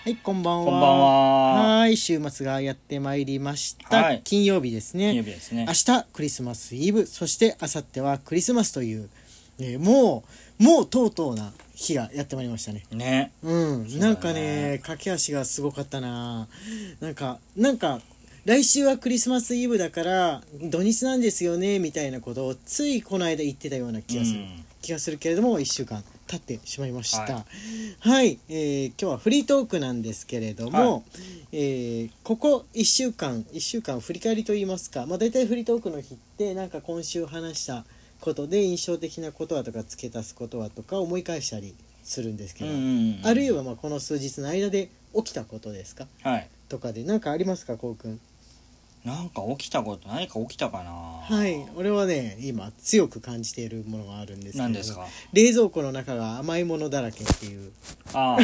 はい、こんばんは。 こんばんは。 はい、週末がやってまいりました。 はい、 金曜日ですね。 金曜日ですね。 明日クリスマスイブ、そして明後日はクリスマスという、もうとうとうな日がやってまいりましたね。 ね。 なんかね、駆け足がすごかったな。なんか来週はクリスマスイブだから土日なんですよねみたいなことをついこの間言ってたような気がするけれども、1週間経ってしまいました。はい、今日はフリートークなんですけれども、ここ1週間振り返りといいますか、だいたいフリートークの日ってなんか今週話したことで印象的なことはとか付け足すことはとか思い返したりするんですけど、あるいはこの数日の間で起きたことですか、とかで何かありますか、こうくん。 なんか起きたこと、何か起きたかな。 はい、俺はね今強く感じているものがあるんですけど、 何ですか。 冷蔵庫の中が甘いものだらけっていうはい、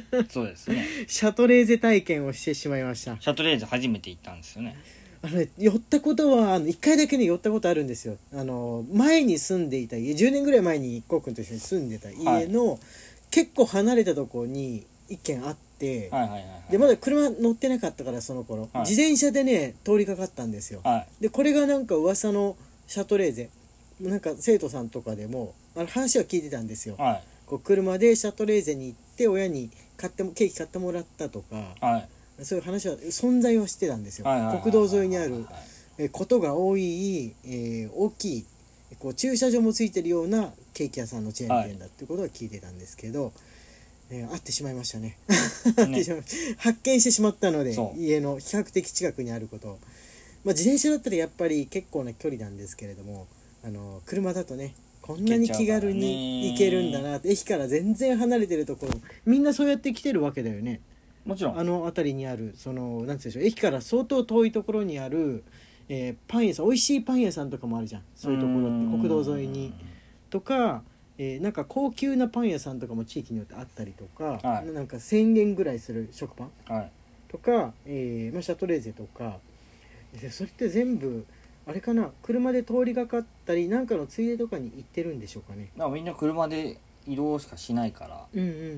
そうですね。 シャトレーゼ体験をしてしまいました。 シャトレーゼ初めて行ったんですよね。 寄ったことは1回だけね寄ったことあるんですよ。前に住んでいた家、10年ぐらい前にこうくんと一緒に住んでた家の、結構離れたところに一軒あって、でまだ車乗ってなかったからその頃、自転車でね通りかかったんですよ。でこれがなんか噂のシャトレーゼ、なんか生徒さんとかでも話は聞いてたんですよ。こう車でシャトレーゼに行って親にケーキ買ってもらったとか、そういう話は存在はしてたんですよ。国道沿いにあることが多い、大きいこう駐車場もついてるようなケーキ屋さんのチェーン店だっていうことは聞いてたんですけど、会ってしまいましたね。発見してしまったので、家の比較的近くにあることを、自転車だったらやっぱり結構な距離なんですけれども、車だとねこんなに気軽に行けるんだなって、駅から全然離れてるところみんなそうやって来てるわけだよね。 もちろん辺りにあるなんていうんでしょう、駅から相当遠いところにある、パン屋さん、美味しいパン屋さんとかもあるじゃん、そういうところって国道沿いにとか、なんか高級なパン屋さんとかも地域によってあったりとか、なんか1000円ぐらいする食パン、とか、シャトレーゼとか、それって全部あれかな、車で通りがかったりなんかのついでとかに行ってるんでしょうかね。 みんな車で移動しかしないから、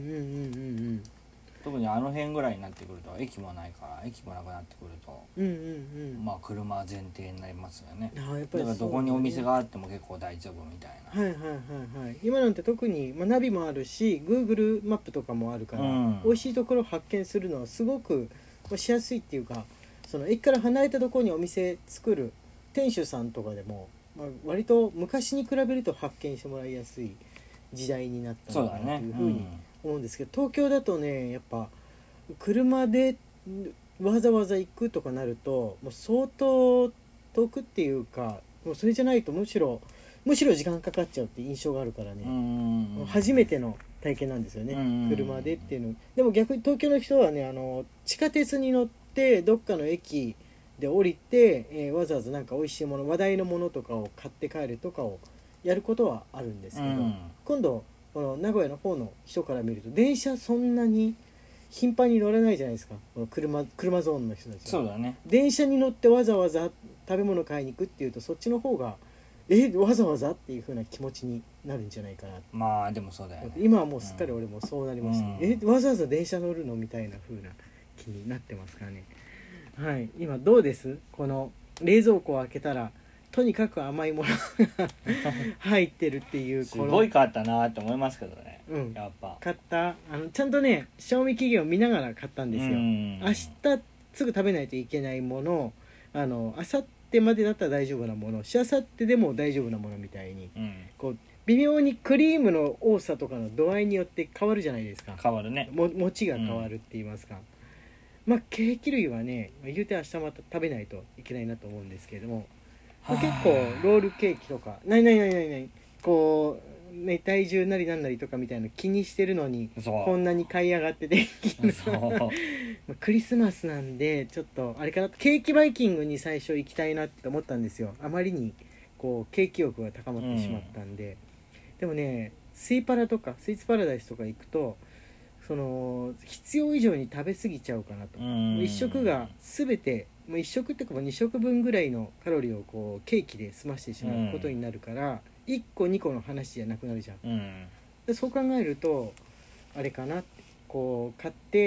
特にあの辺ぐらいになってくると駅もないから、駅もなくなってくると、車前提になりますよね。だからどこにお店があっても結構大丈夫みたいな。 今なんて特に、ナビもあるし Google マップとかもあるから、美味しいところを発見するのはすごくしやすいっていうか、その駅から離れたところにお店作る店主さんとかでも、割と昔に比べると発見してもらいやすい時代になったのかなというふうに思うんですけど、東京だとねやっぱ車でわざわざ行くとかなるともう相当遠くっていうか、もうそれじゃないとむしろ時間かかっちゃうって印象があるからね、初めての体験なんですよね、車でっていうの。でも逆に東京の人はね、地下鉄に乗ってどっかの駅で降りて、わざわざなんか美味しいもの、話題のものとかを買って帰るとかをやることはあるんですけど、今度この名古屋の方の人から見ると電車そんなに頻繁に乗らないじゃないですか、この車ゾーンの人たちは。 そうだね。 電車に乗ってわざわざ食べ物買いに行くっていうと、そっちの方がわざわざっていう風な気持ちになるんじゃないかな。 でもそうだよね。 今はもうすっかり俺もそうなりましたね、わざわざ電車乗るのみたいな風な気になってますからね。はい、今どうです、この冷蔵庫を開けたらとにかく甘いものが入ってるっていう、 すごい変わったなって思いますけどね、やっぱ買ったちゃんとね賞味期限を見ながら買ったんですよ。明日すぐ食べないといけないもの、明後日までだったら大丈夫なもの、しあさってでも大丈夫なものみたいに、こう微妙にクリームの多さとかの度合いによって変わるじゃないですか。 変わるね。 餅が変わるって言いますか、ケーキ類はね言うて明日また食べないといけないなと思うんですけれども、結構ロールケーキとかこうね、体重なりなんなりとかみたいな気にしてるのにこんなに買い上がっててクリスマスなんでちょっとあれかな、ケーキバイキングに最初行きたいなって思ったんですよ。あまりにこうケーキ欲が高まってしまったんで、でもねスイパラとかスイーツパラダイスとか行くと必要以上に食べ過ぎちゃうかなと。一食が全て1食っていうか2食分ぐらいのカロリーをこうケーキで済ましてしまうことになるから、1個2個の話じゃなくなるじゃん、でそう考えるとあれかなってこう買って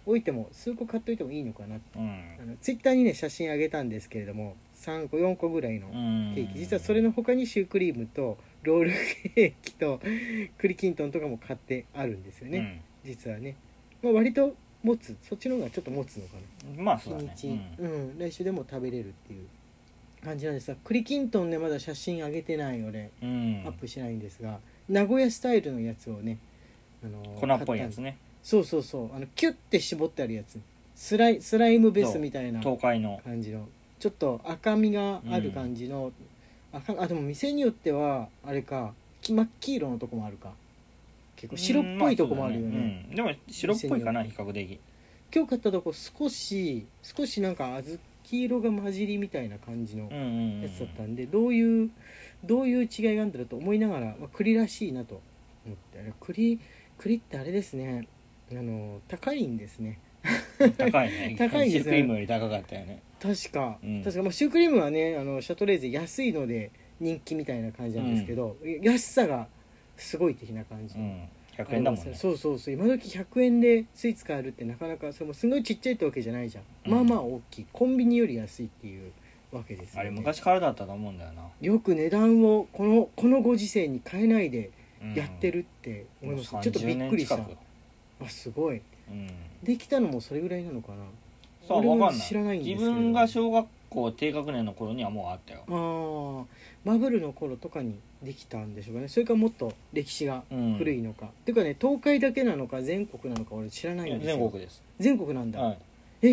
置いても数個買っといてもいいのかなって、 うん、 ツイッターにね写真あげたんですけれども3個4個ぐらいのケーキ、実はそれの他にシュークリームとロールケーキと栗きんとんとかも買ってあるんですよね、実はね、割と持つ、そっちの方がちょっと持つのかな、 まあそうだね、 日にち、来週でも食べれるっていう感じなんですが、栗きんとんねまだ写真あげてないので、アップしないんですが、名古屋スタイルのやつをね、 粉っぽいやつね、 そうキュッて絞ってあるやつ、スライムベースみたいな東海の感じのちょっと赤みがある感じの、でも店によってはあれか真っ黄色のとこもあるか、結構白っぽいとこもあるよね、 でも白っぽいかな比較的。 今日買ったとこ少しなんか小豆色が混じりみたいな感じのやつだったんで、どういう違いがあるんだろうと思いながら、栗らしいなと思って、栗ってあれですね、高いんですね高いね高いんですね、 シュークリームより高かったよね確か、シュークリームはねシャトレーゼ安いので人気みたいな感じなんですけど、安さがすごい的な感じ、 100円だもんね。 そう今時100円でスイーツ買えるってなかなか、それもすごいちっちゃいってわけじゃないじゃん、まあまあ大きい、コンビニより安いっていうわけですよね。 あれ昔からだったと思うんだよな。 よく値段をこのご時世に変えないでやってるって思います、ちょっとびっくりした。すごい、できたのもそれぐらいなのかな。 そう、分かんない。 知らないんですけど、 自分が小学校低学年の頃にはもうあったよ。 バブルの頃とかにできたんでしょうかね。それかもっと歴史が古いのか、っていうかね、東海だけなのか全国なのか俺知らないんですよ。 全国です。 全国なんだ、 はい、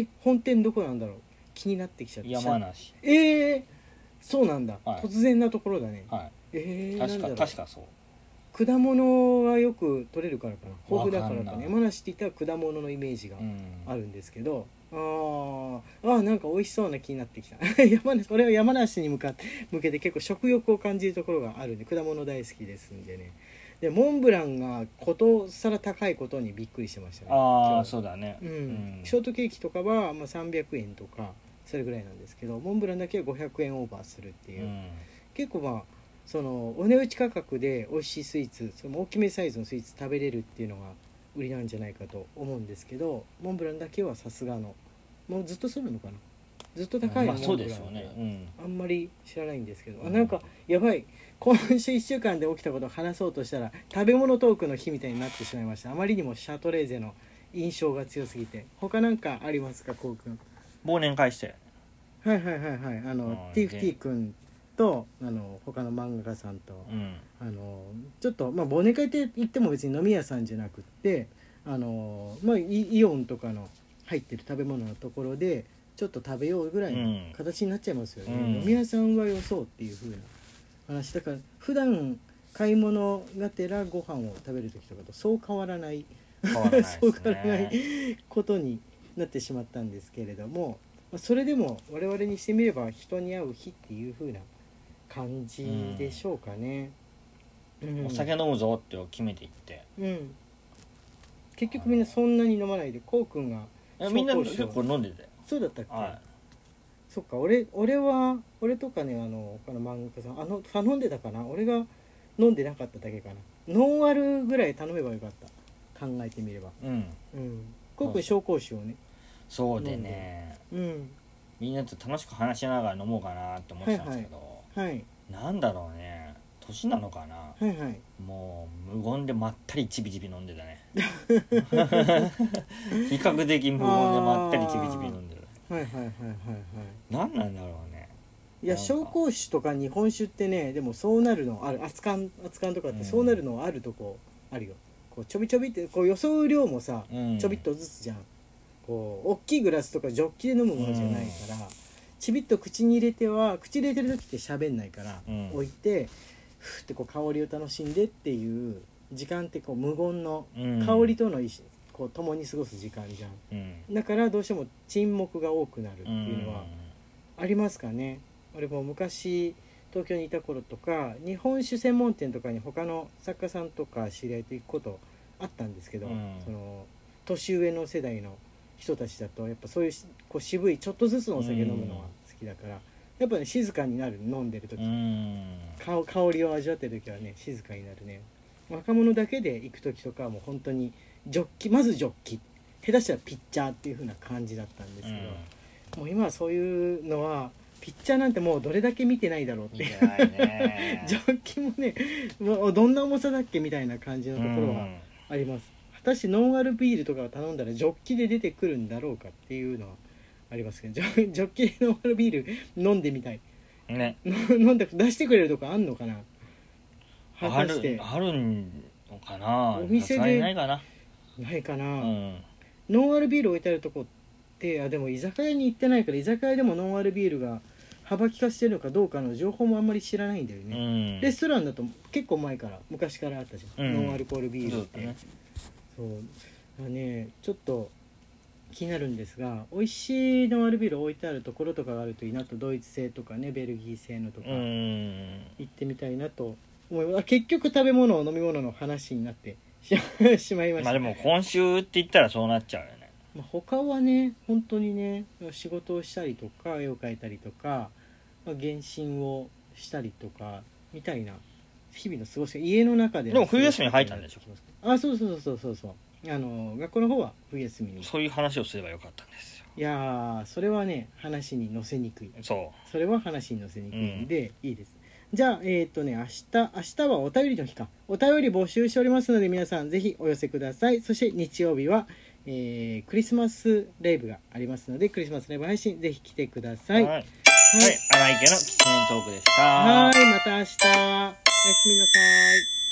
本店どこなんだろう、気になってきちゃった。 山梨。 そうなんだ、突然なところだね。 確かそう。 果物がよく取れるからかな、豊富だからかな。山梨って言ったら果物のイメージがあるんですけど、なんか美味しそうな気になってきた俺は山梨に向けて結構食欲を感じるところがあるんで、果物大好きですんでね。でモンブランがことさら高いことにびっくりしてましたね。 そうだね、 ショートケーキとかは300円とかそれぐらいなんですけど、モンブランだけは500円オーバーするっていう、結構そのお値打ち価格で美味しいスイーツ、その大きめサイズのスイーツ食べれるっていうのが売りなんじゃないかと思うんですけど、モンブランだけはさすがの、もうずっとそうなのかな、ずっと高いの、 そうでしょうね、 あんまり知らないんですけど、なんかやばい、今週1週間で起きたことを話そうとしたら食べ物トークの日みたいになってしまいました。あまりにもシャトレーゼの印象が強すぎて。他なんかありますか、こうくん。 忘年会して、 ティフティ君と他の漫画家さんと、ちょっと忘年会って言っても別に飲み屋さんじゃなくってイオンとかの入ってる食べ物のところでちょっと食べようぐらいの形になっちゃいますよね、飲み屋さんはよそうっていう風な話だから、普段買い物がてらご飯を食べる時とかとそう変わらないそう変わらないことになってしまったんですけれども、それでも我々にしてみれば人に会う日っていう風な感じでしょうかね、 お酒飲むぞって決めていって、 結局みんなそんなに飲まないで、こうくんがみんな結構飲んでたよ。 そうだったっけ、そっか、俺とかね、他の漫画家さん頼んでたかな、俺が飲んでなかっただけかな。ノンアルぐらい頼めばよかった、考えてみれば。こうくん紹興酒をね、 そうでね、みんなと楽しく話しながら飲もうかなって思ってたんですけど、なんだろうね、年なのかな、もう無言でまったりちびちび飲んでたね比較的無言でまったりちびちび飲んでる。何なんだろうね。 いや、紹興酒とか日本酒ってね、でもそうなるのある、熱燗とかってそうなるのあるとこあるよ。こうちょびちょびってこうよそう量もさ、ちょびっとずつじゃん。こう大きいグラスとかジョッキで飲むものじゃないから、ちびっと口に入れてる時って喋んないから、置いてふってこう香りを楽しんでっていう時間ってこう無言の香りとのこう共に過ごす時間じゃん、だからどうしても沈黙が多くなるっていうのはありますかね。俺も昔東京にいた頃とか日本酒専門店とかに他の作家さんとか知り合いと行くことあったんですけど、その年上の世代の人たちだとやっぱそういうこう渋いちょっとずつのお酒飲むのが好きだから、やっぱね静かになる、飲んでる時、香りを味わってる時はね静かになるね。若者だけで行く時とかはもう本当にまずジョッキ下手したらピッチャーっていう風な感じだったんですけど、もう今はそういうのはピッチャーなんてもうどれだけ見てないだろうって見てないねジョッキもねもうどんな重さだっけみたいな感じのところはあります。果たしてノンアルビールとかを頼んだらジョッキで出てくるんだろうかっていうのはありますけど、ジョッキでノンアルビール飲んでみたいね飲んで出してくれるとこあんのかな。 果たしてあるのかな。 お店でないかな、 ノンアルビール置いてあるとこってでも居酒屋に行ってないから居酒屋でもノンアルビールが幅利かしてるのかどうかの情報もあんまり知らないんだよね、レストランだと結構前から昔からあったじゃん、ノンアルコールビールって、そうねちょっと気になるんですが、美味しいノンアルビール置いてあるところとかがあるといいなと、ドイツ製とかねベルギー製のとか行ってみたいなと思います。結局食べ物飲み物の話になってしまいました。 でも今週って言ったらそうなっちゃうよね。 他はね本当にね仕事をしたりとか絵を描いたりとか、原神をしたりとかみたいな日々の過ごし家の中で。 でも冬休みに入ったんでしょ。 そう学校の方は冬休みに。 そういう話をすればよかったんですよ。 いやそれはね話に載せにくい。それは話に載せにくいんで、いいです。じゃあ明日はお便りの日か。お便り募集しておりますので皆さんぜひお寄せください。そして日曜日は、クリスマスライブがありますのでクリスマスライブ配信ぜひ来てください。はい、 荒井家のキツネトークでした。 はい、また明日おやすみなさい。